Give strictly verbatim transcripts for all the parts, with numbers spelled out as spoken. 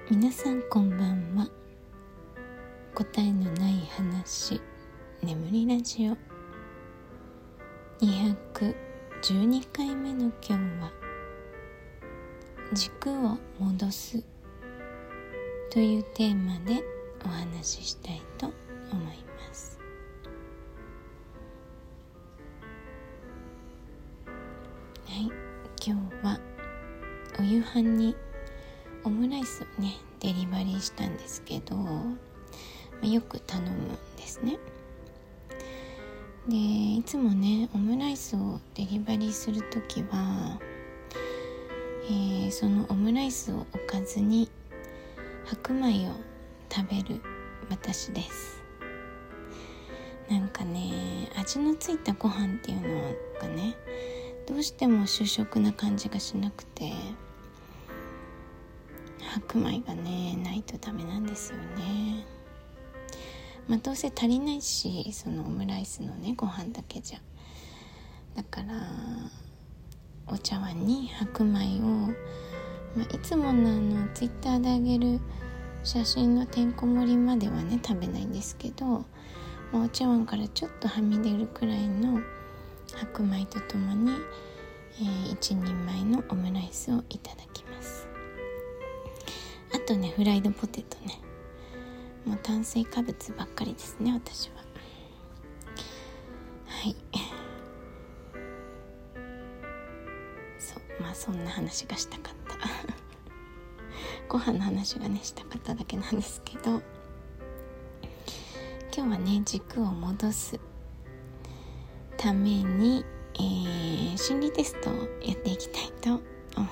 皆さんこんばんは。答えのない話、眠りラジオにひゃくじゅうにかいめの今日は、軸を戻すというテーマでお話ししたいと思います。はい、今日はお夕飯にオムライスをねデリバリーしたんですけど、まあ、よく頼むんですね。でいつもねオムライスをデリバリーするときは、えー、そのオムライスをおかずに白米を食べる私です。なんかね味のついたご飯っていうのがねどうしても主食な感じがしなくて、白米がねないとダメなんですよね。まあどうせ足りないし、そのオムライスのねご飯だけじゃ、だからお茶碗に白米を、まあ、いつものあのツイッターであげる写真のてんこ盛りまではね食べないんですけど、まあ、お茶碗からちょっとはみ出るくらいの白米とともに、えー、一人前のオムライスをいただきます。あとねフライドポテトね、もう炭水化物ばっかりですね私は。はいそうまあそんな話がしたかったご飯の話がねしたかっただけなんですけど、今日はね軸を戻すために、えー、心理テストをやっていきたいと思います。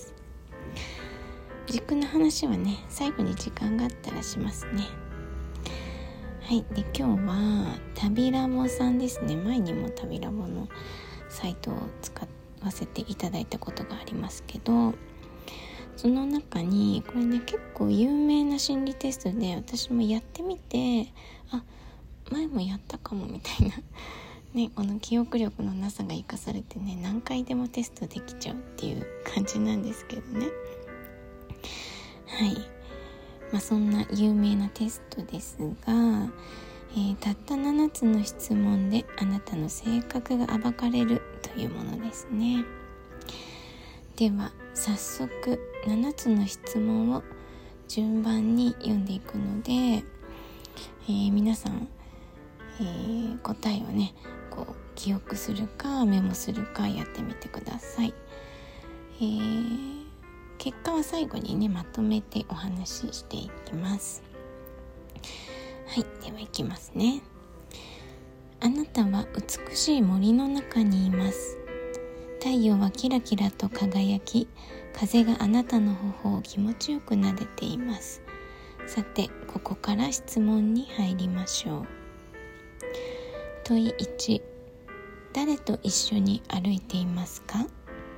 軸の話はね最後に時間があったらしますね。はい、で今日は旅ラボさんですね。前にも旅ラボのサイトを使わせていただいたことがありますけど、その中にこれね結構有名な心理テストで、私もやってみてあ前もやったかもみたいなね、この記憶力のなさが生かされてね何回でもテストできちゃうっていう感じなんですけどね。はい、まあ、そんな有名なテストですが、えー、たったななつの質問であなたの性格が暴かれるというものですね。では早速ななつの質問を順番に読んでいくので、えー、皆さん、えー、答えをねこう記憶するかメモするかやってみてください。えー結果は最後にねまとめてお話ししていきます。はい、ではいきますね。あなたは美しい森の中にいます。太陽はキラキラと輝き、風があなたの頬を気持ちよく撫でています。さてここから質問に入りましょう。問いいち、誰と一緒に歩いていますか？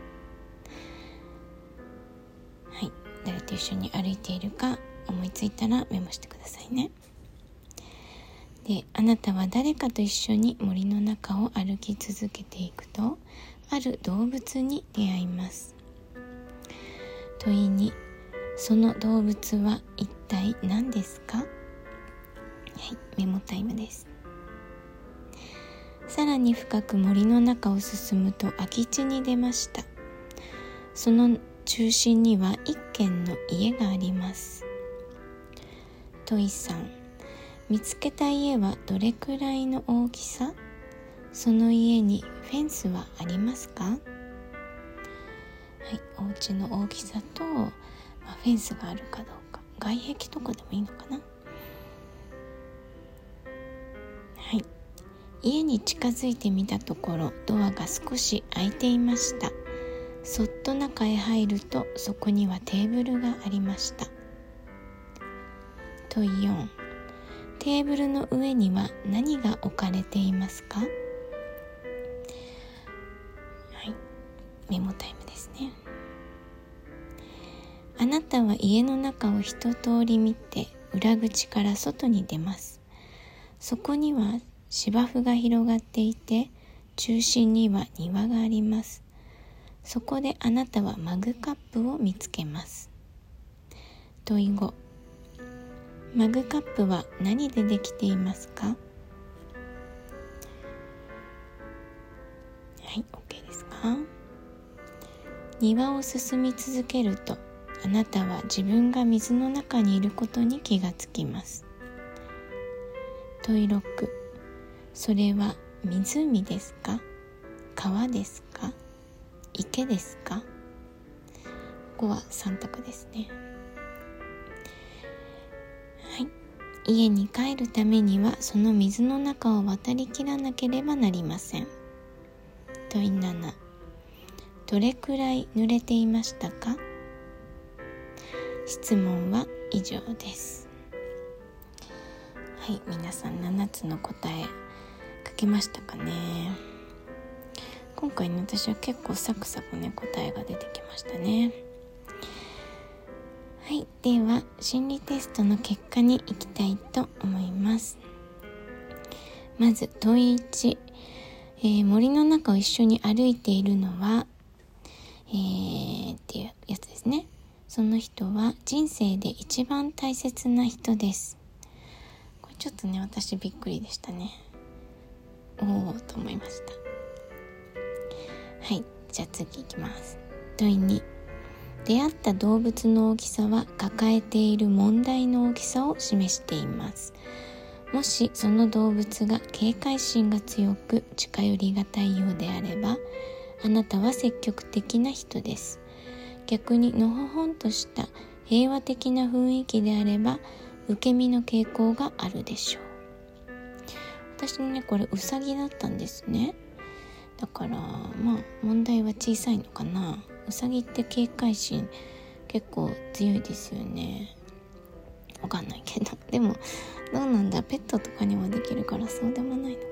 誰と一緒に歩いているか思いついたらメモしてくださいね。で、あなたは誰かと一緒に森の中を歩き続けていくと、ある動物に出会います。問いに、その動物は一体何ですか？はい、メモタイムです。さらに深く森の中を進むと空き地に出ました。その中心には一軒の家があります。問いさん、見つけた家はどれくらいの大きさ？その家にフェンスはありますか？はい、お家の大きさと、まあ、フェンスがあるかどうか、外壁とかでもいいのかな。はい、家に近づいてみたところ、ドアが少し開いていました。そっと中へ入ると、そこにはテーブルがありました。問いよん、テーブルの上には何が置かれていますか？はい、メモタイムですね。あなたは家の中を一通り見て、裏口から外に出ます。そこには芝生が広がっていて、中心には庭があります。そこであなたはマグカップを見つけます。 問いご。マグカップは何でできていますか？はい、OK ですか？庭を進み続けると、あなたは自分が水の中にいることに気がつきます。問いろく。それは湖ですか？川ですか？池ですか？ここはさん択ですね。はい。家に帰るためにはその水の中を渡りきらなければなりません。問いなな。どれくらい濡れていましたか？質問は以上です。はい、皆さんななつの答え書けましたかね。今回ね、私は結構サクサクね答えが出てきましたね。はい、では心理テストの結果に行きたいと思います。まず問いいち、えー、森の中を一緒に歩いているのはえー、っていうやつですね。その人は人生で一番大切な人です。これちょっとね、私びっくりでしたね。おーと思いました。はい、じゃあ次いきます。問いに。出会った動物の大きさは抱えている問題の大きさを示しています。もしその動物が警戒心が強く近寄りがたいようであれば、あなたは積極的な人です。逆にのほほんとした平和的な雰囲気であれば、受け身の傾向があるでしょう。私ね、これウサギだったんですね。だからまあ問題は小さいのかな。ウサギって警戒心結構強いですよね。わかんないけど、でもどうなんだ、ペットとかにもできるからそうでもないのか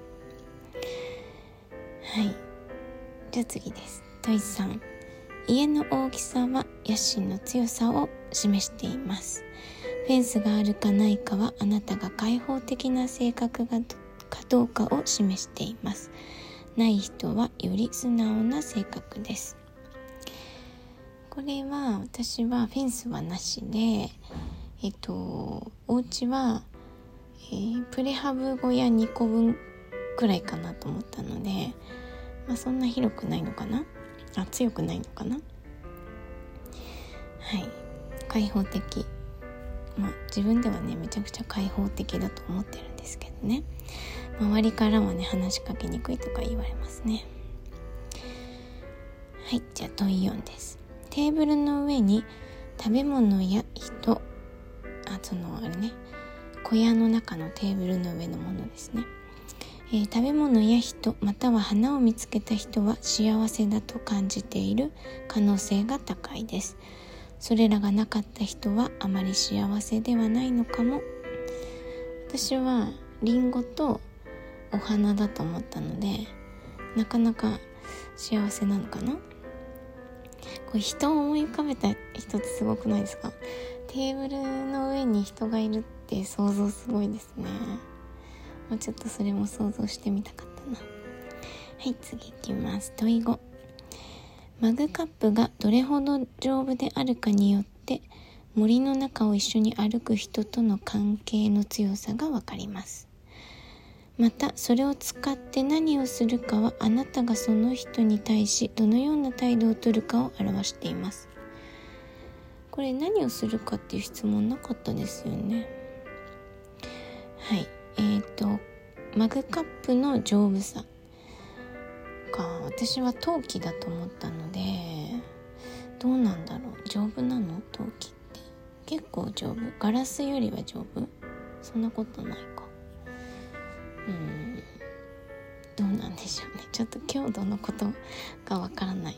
な。はい、じゃあ次です。問いさん。家の大きさは野心の強さを示しています。フェンスがあるかないかはあなたが開放的な性格がかどうかを示しています。ない人はより素直な性格です。これは私はフェンスはなしで、えっとお家は、えー、プレハブ小屋にこぶんくらいかなと思ったので、まあ、そんな広くないのかな、あ、強くないのかな。はい、開放的、まあ、自分ではねめちゃくちゃ開放的だと思ってるんですけどね、周りからはね話しかけにくいとか言われますね。はい、じゃあ問いよんです。テーブルの上に食べ物や人、あ、そのあれね、小屋の中のテーブルの上のものですね。えー、食べ物や人または花を見つけた人は幸せだと感じている可能性が高いです。それらがなかった人はあまり幸せではないのかも。私はリンゴとお花だと思ったので、なかなか幸せなのかな。これ人を思い浮かべた人ってすごくないですか？テーブルの上に人がいるって想像すごいですね。もうちょっとそれも想像してみたかったな。はい、次いきます。問いご。マグカップがどれほど丈夫であるかによって森の中を一緒に歩く人との関係の強さがわかります。またそれを使って何をするかはあなたがその人に対しどのような態度を取るかを表しています。これ何をするかっていう質問なかったですよね。はい、えーとマグカップの丈夫さか、私は陶器だと思ったので、どうなんだろう、丈夫なの？陶器って結構丈夫？ガラスよりは丈夫？そんなことないか。うーん、どうなんでしょうね。ちょっと強度のことがわからない。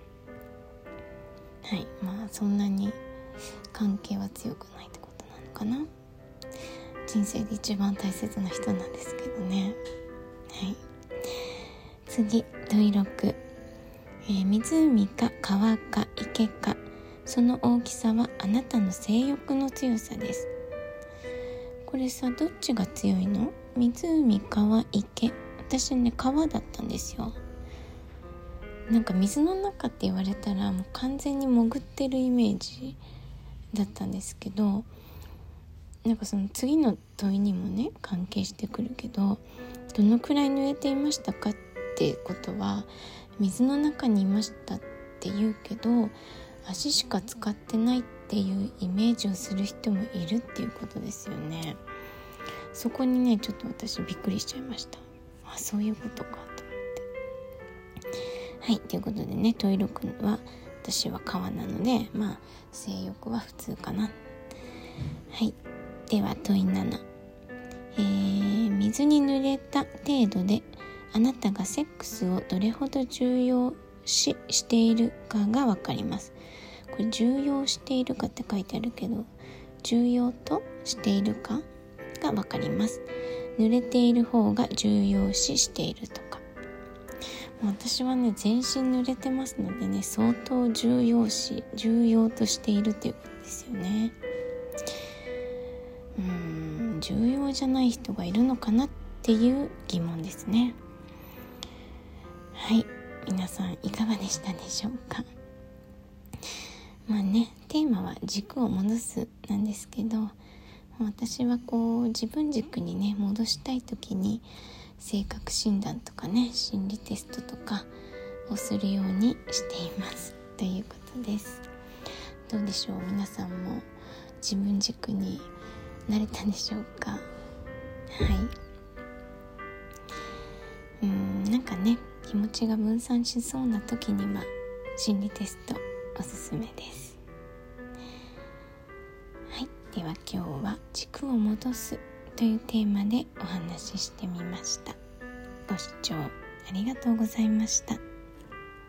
はい、まあそんなに関係は強くないってことなのかな。人生で一番大切な人なんですけどね。はい、次問いろく、えー、湖か川か池か、その大きさはあなたの性欲の強さです。これさ、どっちが強いの？湖、川、池。私ね川だったんですよ。なんか水の中って言われたらもう完全に潜ってるイメージだったんですけど、なんかその次の問いにもね関係してくるけど、どのくらい濡れていましたかってことは、水の中にいましたって言うけど足しか使ってないっていうイメージをする人もいるっていうことですよね。そこにねちょっと私びっくりしちゃいました。あ、そういうことかと思って。はい、ということでね、トイロくんは私は川なので、まあ性欲は普通かな。はい、では問いなな、えー、水に濡れた程度であなたがセックスをどれほど重要視しているかがわかります。これ重要しているかって書いてあるけど、重要としているかがわかります。濡れている方が重要視しているとか。私はね全身濡れてますのでね、相当重要視重要としているっていうことですよね。うーん重要じゃない人がいるのかなっていう疑問ですね。はい、皆さんいかがでしたでしょうか。まあね、テーマは軸を戻すなんですけど、私はこう自分軸にね戻したい時に性格診断とかね心理テストとかをするようにしていますということです。どうでしょう、皆さんも自分軸になれたでしょうか。はい、うーんなんかね気持ちが分散しそうな時には心理テストおすすめです。はい、では今日は軸を戻すというテーマでお話ししてみました。ご視聴ありがとうございました。